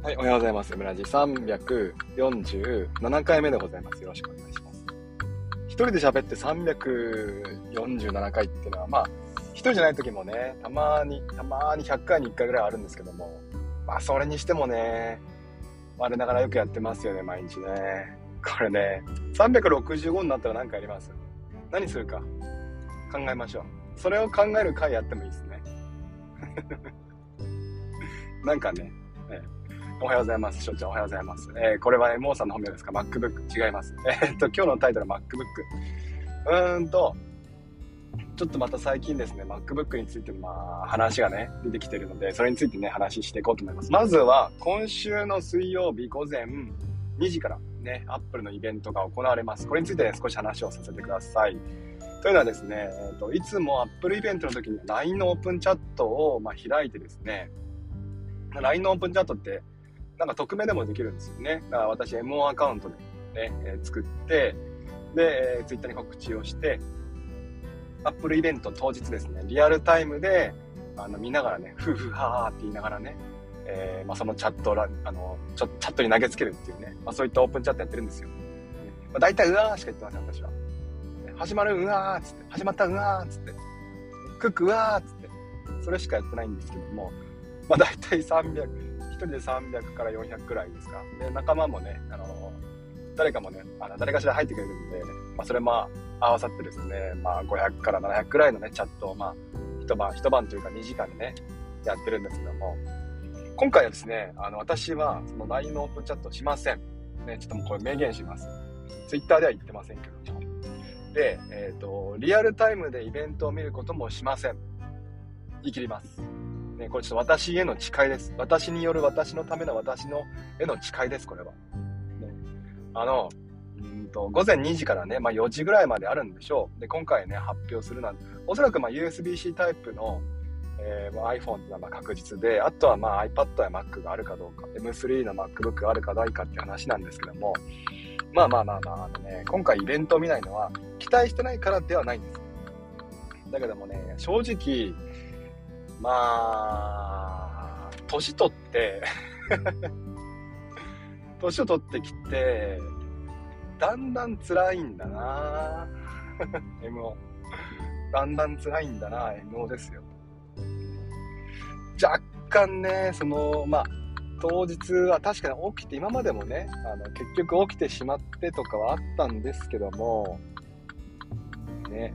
はい、おはようございます。村地347回目でございます。よろしくお願いします。一人で喋って347回っていうのは、一人じゃない時もね、たまに100回に1回ぐらいあるんですけども、それにしてもね、我ながらよくやってますよね、毎日ね。これね、365になったら何かやります。何するか考えましょう。それを考える回やってもいいですね。なんかね、おはようございます。しょっちゃんおはようございます。これはモーさんの本名ですか？ MacBook 違います。今日のタイトルは MacBook。ちょっとまた最近ですね、MacBook について話がね、出てきてるので、それについてね、話していこうと思います。まずは、今週の水曜日午前2時からね、Apple のイベントが行われます。これについてね、少し話をさせてください。というのはですね、いつも Apple イベントの時に LINE のオープンチャットを開いてですね、LINE のオープンチャットってなんか匿名でもできるんですよね。だから私 M1 アカウントで、ね作って、で、Twitter に告知をして、Apple イベント当日ですね、リアルタイムで見ながらね、ふふはーって言いながらね、そのチャットチャットに投げつけるっていうね、そういったオープンチャットやってるんですよ。大体うわーしか言ってません、私は。始まるうわーっつって、始まったうわーっつって、クックうわーっつって、それしかやってないんですけども、大体300、一人で300から400くらいですか。で、仲間もね、誰かもね、誰かしら入ってくれるんで、それ合わさってですね、500から700くらいのね、チャットを一晩というか2時間でね、やってるんですけども、今回はですね、私はその LINE のオープンチャットをしません。ね、ちょっともうこれ明言します。Twitter では言ってませんけども。で、リアルタイムでイベントを見ることもしません。言い切ります。ね、これちょっと私への誓いです。私による私のための私のへの誓いです、これは。ね、午前2時からね、4時ぐらいまであるんでしょう。で、今回ね、発表するなんて、おそらくUSB-C タイプの、iPhone っていうのは確実で、あとはiPad や Mac があるかどうか、M3 の MacBook があるかないかっていう話なんですけども、今回イベントを見ないのは、期待してないからではないんです。だけどもね、正直、年取って年を取ってきて、だんだん辛いんだなMO。だんだん辛いんだな MO ですよ。若干ね、当日は確かに起きて、今までもね、結局起きてしまってとかはあったんですけども、ね、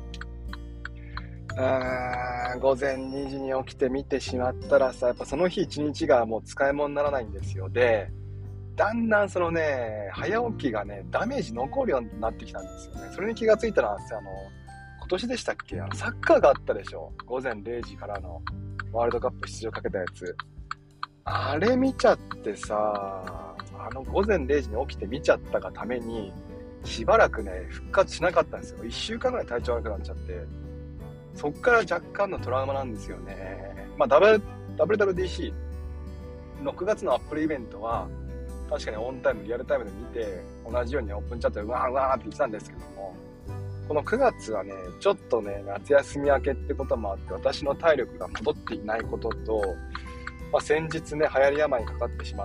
午前2時に起きて見てしまったらさ、やっぱその日一日がもう使い物にならないんですよ。で、だんだんそのね、早起きがね、ダメージ残るようになってきたんですよね。それに気がついたら、今年でしたっけ？サッカーがあったでしょ。午前0時からのワールドカップ出場かけたやつ。あれ見ちゃってさ、午前0時に起きて見ちゃったがために、しばらくね、復活しなかったんですよ。1週間ぐらい体調悪くなっちゃって。そっから若干のトラウマなんですよね。WWDC、6月のアップルイベントは、確かにオンタイム、リアルタイムで見て、同じようにオープンチャットでうわーって言ってたんですけども、この9月はね、ちょっとね、夏休み明けってこともあって、私の体力が戻っていないことと、先日ね、流行り病にかかってしまって、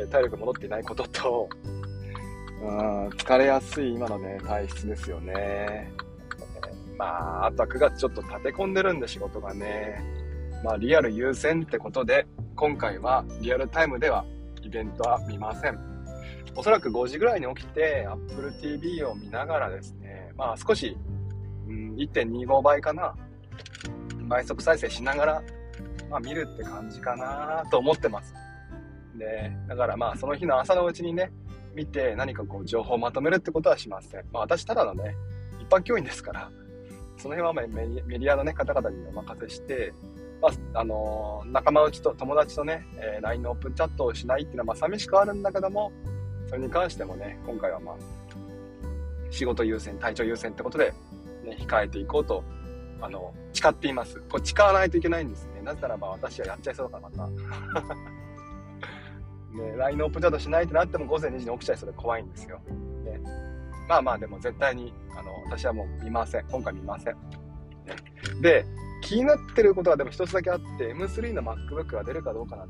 体力が戻っていないことと、疲れやすい今のね、体質ですよね。あとは9月ちょっと立て込んでるんで仕事がね、リアル優先ってことで、今回はリアルタイムではイベントは見ません。おそらく5時ぐらいに起きて Apple TV を見ながらですね、少し、1.25 倍かな、倍速再生しながら、見るって感じかなと思ってます。で、だからその日の朝のうちにね、見て何か情報をまとめるってことはしません。私ただのね、一般教員ですから、その辺はメディアのね、方々にお任せして、仲間内と友達とね、LINE のオープンチャットをしないっていうのは寂しくあるんだけども、それに関してもね、今回は仕事優先、体調優先ってことで、ね、控えていこうと、誓っています。これ誓わないといけないんですね。なぜならば私はやっちゃいそうだからまた。ね、LINE のオープンチャットしないってなっても午前2時に起きちゃいそうで怖いんですよ。ね、でも絶対に、私はもう見ません。今回見ません。ね、で、気になってることはでも一つだけあって、M3 の MacBook が出るかどうかなんですよね。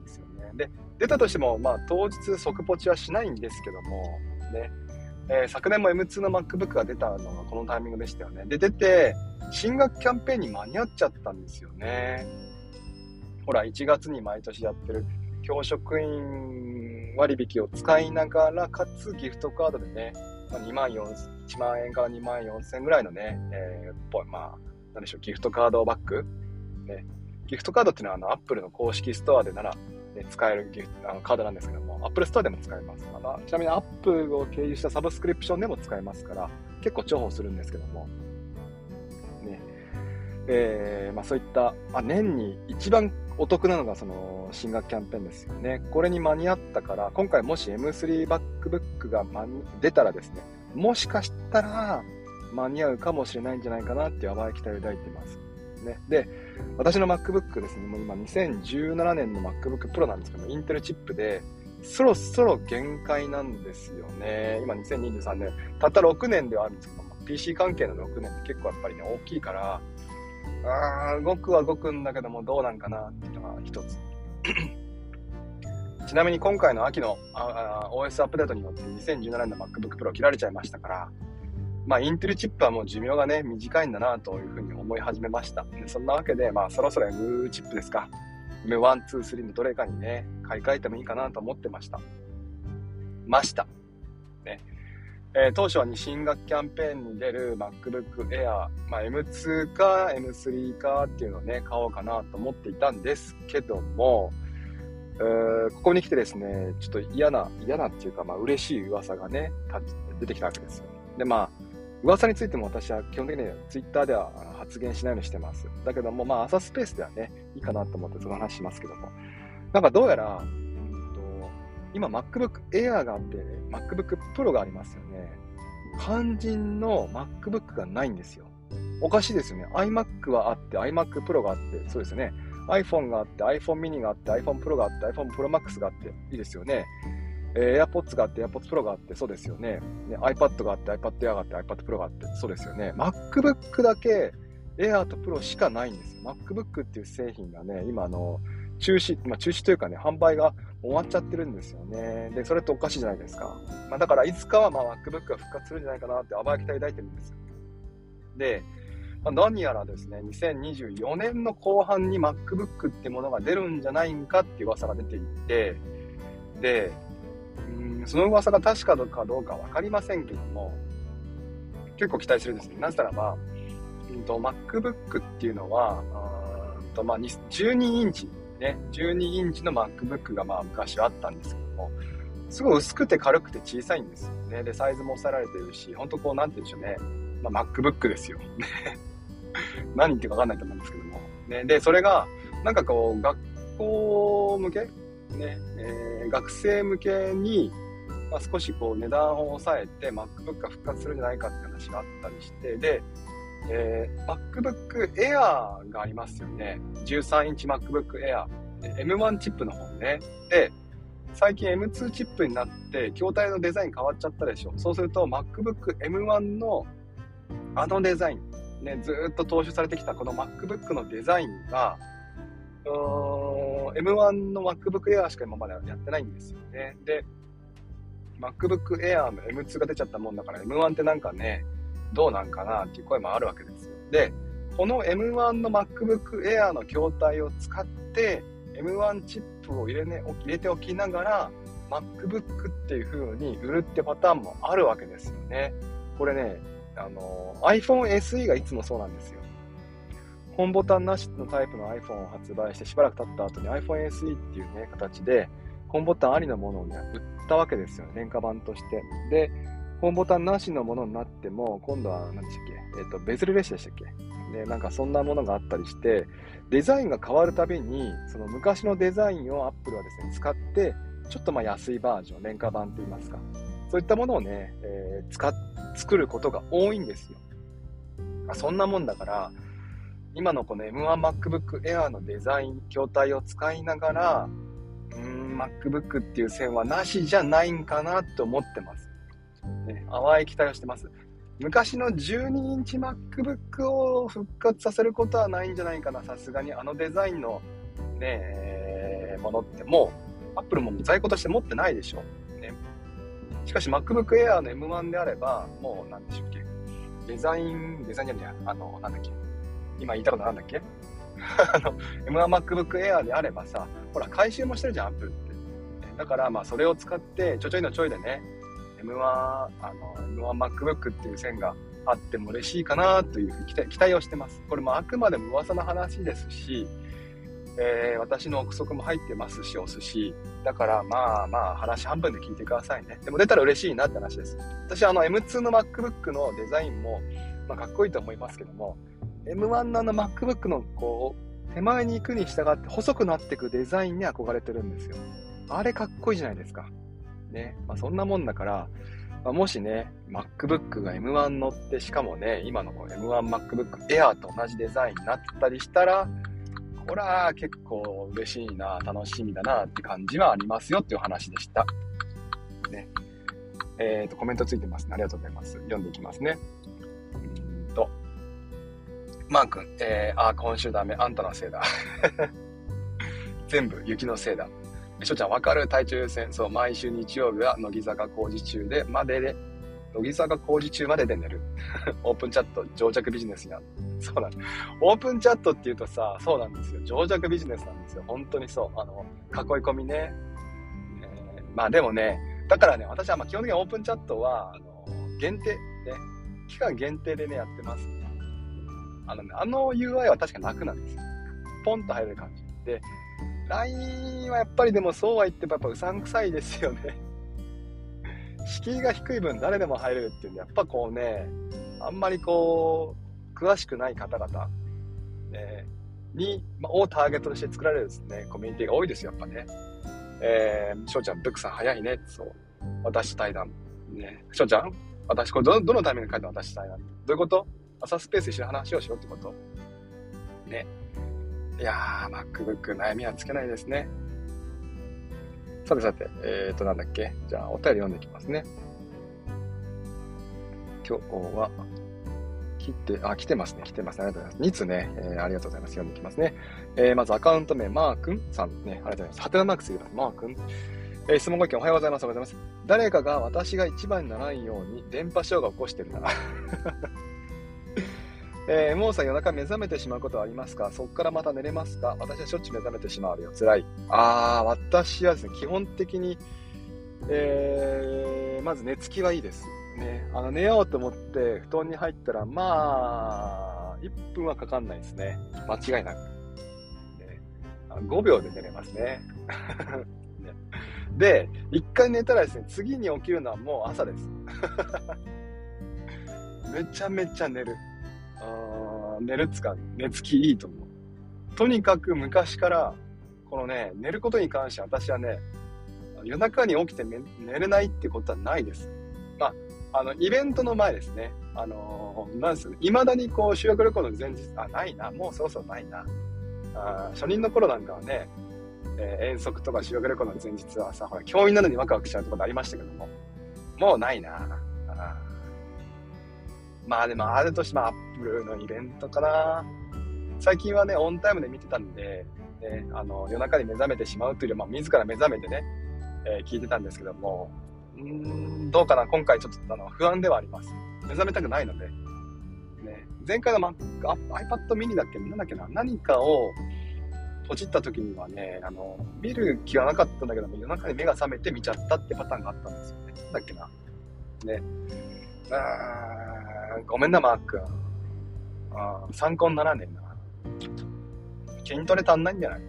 で、出たとしても、当日即ポチはしないんですけども、ね。昨年も M2 の MacBook が出たのがこのタイミングでしたよね。で、出て、新学キャンペーンに間に合っちゃったんですよね。ほら、1月に毎年やってる教職員割引を使いながら、かつギフトカードでね、1万円から2万4千ぐらいのね、なんでしょう、ギフトカードバッグ、ね。ギフトカードっていうのはApple の公式ストアでなら、使えるカードなんですけども、Apple ストアでも使えます。ちなみに Apple を経由したサブスクリプションでも使えますから、結構重宝するんですけども、ね。そういった、年に一番お得なのがその新学キャンペーンですよね。これに間に合ったから、今回もし M3 MacBook が出たらですね、もしかしたら間に合うかもしれないんじゃないかなっていう淡い期待を抱いています。ね、で、私の MacBook ですね、もう今2017年の MacBook Pro なんですけど、インテルチップで、そろそろ限界なんですよね。今2023年、たった6年ではあるんですけども、PC 関係の6年って結構やっぱりね、大きいから、動くは動くんだけども、どうなんかなっていうのが一つ。ちなみに今回の秋のOS アップデートによって2017年の MacBook Pro 切られちゃいましたから、インテルチップはもう寿命がね、短いんだなというふうに思い始めました。でそんなわけで、そろそろ M チップですか。M1、2、3のどれかにね、買い替えてもいいかなと思ってました。ね。当初は新学キャンペーンに出る MacBook Air、M2 か M3 かっていうのをね、買おうかなと思っていたんですけども、ここに来てですね、ちょっと嫌なっていうか、嬉しい噂がね、出てきたわけですよ。で、噂についても私は基本的には Twitter では発言しないようにしてます。だけども、朝スペースではね、いいかなと思ってその話しますけども。なんかどうやら、今 MacBook Air があって、MacBook Pro がありますよね。肝心の MacBook がないんですよ。おかしいですよね。iMac はあって、iMac Pro があって、そうですよね。iPhone があって、iPhone mini があって、iPhone Pro があって、iPhone Pro Max があって、いいですよね。AirPods があって、AirPods Pro があって、そうですよね。iPad があって、iPad Air があって、iPad Pro があって、そうですよね。MacBook だけ Air と Pro しかないんですよ。MacBook っていう製品がね、今中止というかね、販売が終わっちゃってるんですよね。で、それっておかしいじゃないですか。だからいつかはMacBook が復活するんじゃないかなって淡い期待を抱いてるんですよ。で、何やらですね、2024年の後半に MacBook ってものが出るんじゃないんかっていう噂が出ていて、で、その噂が確かかどうかわかりませんけども、結構期待するんですね。なぜならば、MacBook っていうのは、12インチ、ね、12インチの MacBook が昔はあったんですけども、すごい薄くて軽くて小さいんですよね。で、サイズも抑えられてるし、本当なんて言うんでしょうね。MacBook ですよ。何言ってるかわかんないと思うんですけども。ね、で、それが、学校向け、ね、学生向けに、少し値段を抑えて MacBook が復活するんじゃないかって話があったりして、で、MacBook Air がありますよね。13インチ MacBook Air。M1 チップの方ね。で、最近 M2 チップになって、筐体のデザイン変わっちゃったでしょ。そうすると MacBook M1 のデザイン、ね、ずーっと踏襲されてきたこの MacBook のデザインが、M1 の MacBook Air しか今までやってないんですよね。で、MacBook Air の M2 が出ちゃったもんだから M1 ってなんかね、どうなんかなっていう声もあるわけですよ。で、この M1 の MacBook Air の筐体を使って M1 チップを入れておきながら MacBook っていう風に売るってパターンもあるわけですよね。これね、iPhone SE がいつもそうなんですよ。本ボタンなしのタイプの iPhone を発売してしばらく経った後に iPhone SE っていうね、形で本ボタンありのものをね、売ったわけですよね、廉価版として。で、本ボタンなしのものになっても、今度は何でしたっけ、ベズルレスでしたっけね、なんかそんなものがあったりして、デザインが変わるたびに、その昔のデザインを Apple はですね、使って、ちょっと安いバージョン、廉価版と言いますか。そういったものをね、作ることが多いんですよ。そんなもんだから、今のこの M1MacBook Air のデザイン、筐体を使いながら、MacBook っていう線はなしじゃないんかなって思ってます。ね、淡い期待をしてます。昔の12インチ MacBook を復活させることはないんじゃないかな。さすがにデザインのね、ものっても Apple も在庫として持ってないでしょ。ね。しかし MacBook Air の M1 であれば、もうなんでしょうっけ。デザインじゃねえや、なんだっけ。今言いたことなんだっけM1 MacBook Air であればさ、ほら、回収もしてるじゃん、Apple って。だから、まあ、それを使って、ちょいのちょいでね、M1 MacBook っていう線があっても嬉しいかなという期待をしてます。これもあくまでも噂の話ですし、私の憶測も入ってますし、お寿司。だからまあ話半分で聞いてくださいね。でも出たら嬉しいなって話です。私M2 の MacBook のデザインも、まあ、かっこいいと思いますけども、M1 のMacBook のこう、手前に行くに従って細くなっていくデザインに憧れてるんですよ。あれかっこいいじゃないですか。ね。まあそんなもんだから、まあ、もしね、MacBook が M1 乗って、しかもね、今の M1 MacBook Air と同じデザインになったりしたら、これは結構嬉しいな、楽しみだなって感じはありますよっていう話でした。ね。コメントついてますね。ありがとうございます。読んでいきますね。マー君、今週ダメ。あんたのせいだ。全部雪のせいだ。しょちゃんわかる？体調優先。そう、毎週日曜日は乃木坂工事中で、乃木坂工事中までで寝る。オープンチャット、情弱ビジネスや。そうなんだ。オープンチャットって言うとさ、そうなんですよ。情弱ビジネスなんですよ。本当にそう。囲い込みね。まあでもね、だからね、私は基本的にオープンチャットは、限定、ね、期間限定でね、やってます。UI は確か楽なんですよ。ポンと入れる感じ。で、LINE はやっぱりでもそうは言ってもやっぱうさんくさいですよね。敷居が低い分誰でも入れるっていうんで、やっぱこうね、あんまりこう、詳しくない方々、をターゲットとして作られるですね、コミュニティが多いですよ、やっぱね。翔ちゃん、ブックさん早いね。そう。私対談。ね。翔ちゃん私、これどのタイミングで書いた私対談？どういうこと？朝スペースで一緒に話をしようってことね。いやー、MacBook 悩みはつけないですね。さて、なんだっけ。じゃあ、お便り読んでいきますね。今日は、来てますね。ありがとうございます。2つね、ありがとうございます。読んでいきますね。まずアカウント名、マー君さんね、ありがとうございます。ハテナマークついてます。マー君。質問ご意見おはようございます。誰かが私が一番にならんように電波障害を起こしてるなら。もうさん夜中目覚めてしまうことはありますか？そこからまた寝れますか？私はしょっちゅう目覚めてしまうよ。辛い。私はですね、基本的に、まず寝つきはいいです。ね、寝ようと思って布団に入ったら、1分はかかんないですね。間違いなく。ね、5秒で寝れますね。ねで、1回寝たらですね、次に起きるのはもう朝です。めちゃめちゃ寝る。寝るっつか、寝つきいいと思う。とにかく昔から、このね、寝ることに関して私はね、夜中に起きて寝れないってことはないです。イベントの前ですね。なんですよ。未だにこう、修学旅行の前日、ないな。もうそろそろないな。初任の頃なんかはね、遠足とか修学旅行の前日はさ、ほら、教員なのにワクワクしちゃうところありましたけども、もうないな。でもあるとしてもアップルのイベントかな。最近はね、オンタイムで見てたんで、ね、夜中に目覚めてしまうというよりは、自ら目覚めてね、聞いてたんですけども、どうかな、今回ちょっと不安ではあります。目覚めたくないので。ね、前回のiPad mini だっけなんだっけな、何かを閉じった時にはね、見る気はなかったんだけども、夜中に目が覚めて見ちゃったってパターンがあったんですよね。なんだっけな。ね。ごめんな、マー君。参考にならねえな。筋トレ足んないんじゃない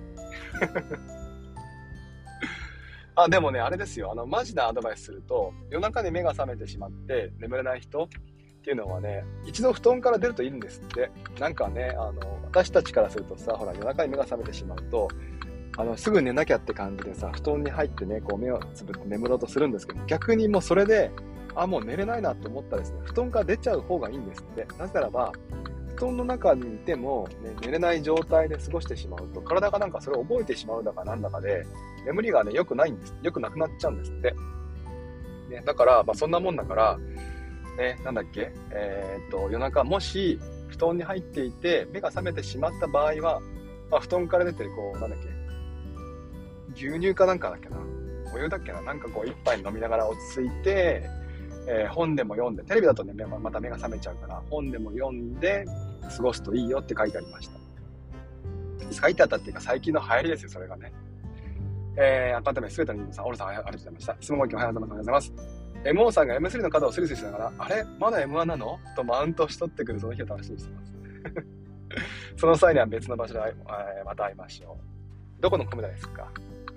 でもね、あれですよ。マジなアドバイスすると、夜中に目が覚めてしまって眠れない人っていうのはね、一度布団から出るといいんですって。なんかね、私たちからするとさ、ほら、夜中に目が覚めてしまうと、すぐ寝なきゃって感じでさ、布団に入ってね、こう目をつぶって眠ろうとするんですけど、逆にもうそれで、もう寝れないなと思ったらですね、布団から出ちゃう方がいいんですって。なぜならば、布団の中にいても、ね、寝れない状態で過ごしてしまうと、体がなんかそれを覚えてしまうだかなんだかで、眠りがね、良くないんです。良くなくなっちゃうんですって。ね、だから、そんなもんだから、ね、なんだっけ、夜中、もし、布団に入っていて、目が覚めてしまった場合は、布団から出てる、こう、なんだっけ、 牛乳かなんかだっけな、お湯だっけな、なんかこう一杯飲みながら落ち着いて、本でも読んで、テレビだとね、また目が覚めちゃうから、本でも読んで過ごすといいよって書いてありました。書いてあったっていうか、最近の流行りですよ、それがね。改め、すべての皆さん、オルさん、ありがとうございました。質問ご意見おはようございます。おはようございます。MO さんが M3 の角をスリスリしながら、あれまだ M1 なのとマウントしとってくるその日を楽しみにしています。その際には別の場所でまた会いましょう。どこのコメダですか？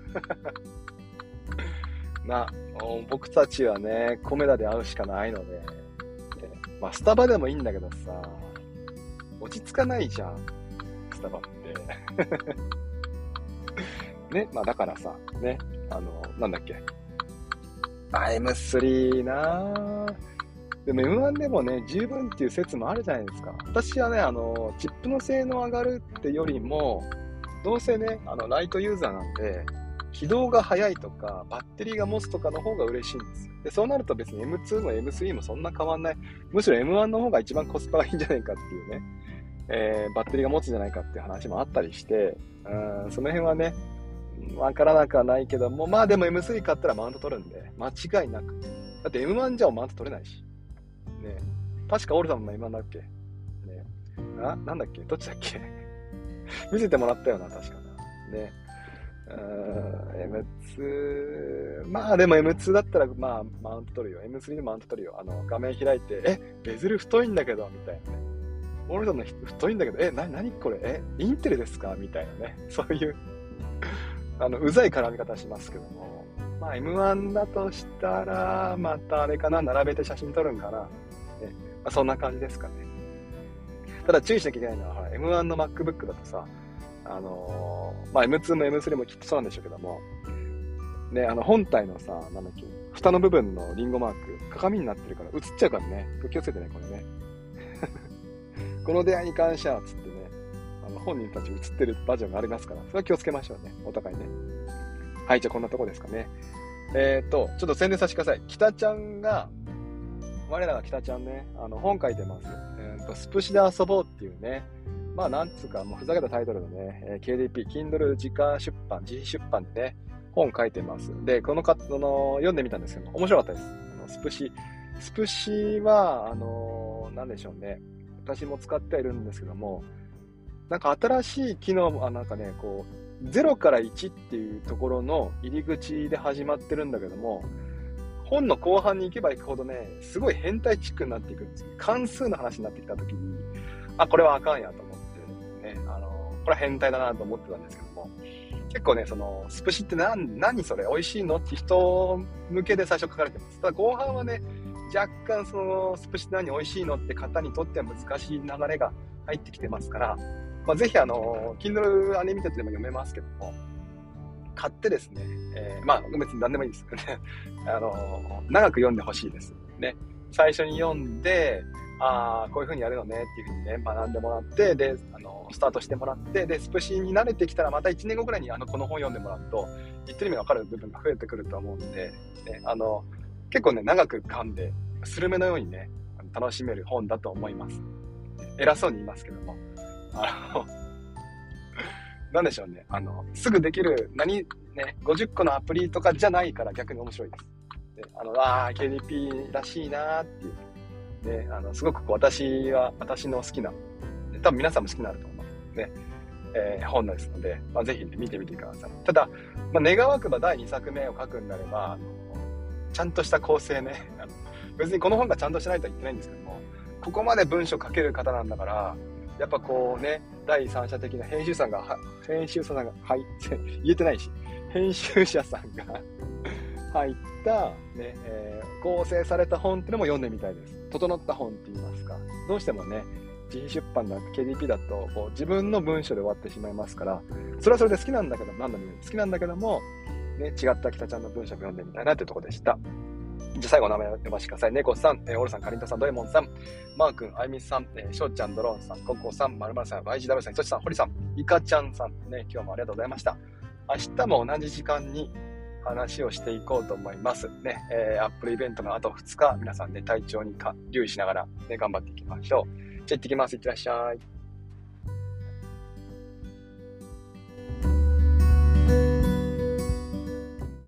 僕たちはね、コメダで会うしかないので、まあ、スタバでもいいんだけどさ、落ち着かないじゃん、スタバって。ね、まあだからさ、ね、なんだっけ。M3 なぁ。でも M1 でもね、十分っていう説もあるじゃないですか。私はね、チップの性能上がるってよりも、どうせね、ライトユーザーなんで、起動が早いとか、バッテリーが持つとかの方が嬉しいんですよ。で、そうなると別に M2 も M3 もそんな変わんない。むしろ M1 の方が一番コスパがいいんじゃないかっていうね、バッテリーが持つんじゃないかっていう話もあったりして、その辺はね、わからなくはないけども、まあでも M3 買ったらマウント取るんで、間違いなく。だって M1 じゃマウント取れないし。ね、確かオルさんも M1 だっけ、ね、なんだっけ、どっちだっけ見せてもらったよな、確かな。ね。M2、まあでも M2 だったら、まあ、マウント取るよ。M3 でマウント取るよ。画面開いて、ベゼル太いんだけど、みたいなね。オルさんの太いんだけど、何これ、インテルですかみたいなね。そういう、うざい絡み方しますけども。まあ M1 だとしたら、またあれかな、並べて写真撮るんかな。ね、まあ、そんな感じですかね。ただ注意しなきゃいけないのは、M1 の MacBook だとさ、まあ M2 も M3 もきっとそうなんでしょうけども、ね、本体のさ、なんだっけ、蓋の部分のリンゴマーク、鏡になってるから映っちゃうからね。気をつけてね、これね。この出会いに感謝っつってね、本人たち映ってるバージョンがありますから、それは気をつけましょうね、お互いね。はい、じゃあこんなとこですかね。ちょっと宣伝させてください。北ちゃんが、我らが北ちゃんね、本書いてます。スプシで遊ぼうっていうね、まあなんつうか、もうふざけたタイトルのね、KDP、Kindle 自家出版、自費出版でね、本書いてます。で、読んでみたんですけど、面白かったです。スプシは、なんでしょうね。私も使ってはいるんですけども、なんか新しい機能も、なんかね、こう、0から1っていうところの入り口で始まってるんだけども、本の後半に行けば行くほどね、すごい変態チックになっていくんですよ。関数の話になってきたときに、これはあかんやと思ってね、これは変態だなと思ってたんですけども、結構ね、スプシって何それ美味しいのって人向けで最初書かれてます。ただ後半はね、若干スプシって何美味しいのって方にとっては難しい流れが入ってきてますから、ぜひKindle Unlimited でも読めますけども、買ってですね、別に何でもいいですよね。長く読んでほしいですね。最初に読んで、こういう風にやるのねっていう風にね、学んでもらって、で、スタートしてもらって、で、スプシに慣れてきたらまた1年後くらいにこの本読んでもらうと、言ってる意味が分かる部分が増えてくると思うので、ね、結構ね、長く噛んで、スルメのようにね、楽しめる本だと思います。偉そうに言いますけども。なんでしょうね。すぐできる、50個のアプリとかじゃないから逆に面白いです。でKDP らしいなーっていう。で、すごく私の好きな、多分皆さんも好きになると思いますね。本ですので、ぜひね、見てみてください。ただ、願わくば第2作目を書くんであれば、ちゃんとした構成ね、別にこの本がちゃんとしないとは言ってないんですけども、ここまで文章書ける方なんだから、やっぱこうね、第三者的な編集者さんが言えてないし、編集者さんが入った、ね、構成された本ってのも読んでみたいです。整った本って言いますか。どうしてもね、自費出版だと KDP だとこう自分の文章で終わってしまいますから、それはそれで好きなんだけど、好きなんだけども、ね、違った北ちゃんの文章も読んでみたいなというところでした。じゃあ最後お名前を呼ばせてください。猫さん、オルさん、かりんとさん、ドエモンさん、マー君、あゆみさん、しょうちゃん、ドローンさん、ココさん、まるまるさん、YGW さん、いとちさん、堀さん、いかちゃんさん、ね、今日もありがとうございました。明日も同じ時間に話をしていこうと思います。ね、アップルイベントのあと2日、皆さんね、体調に留意しながら、ね、頑張っていきましょう。じゃあ行ってきます。いってらっしゃい。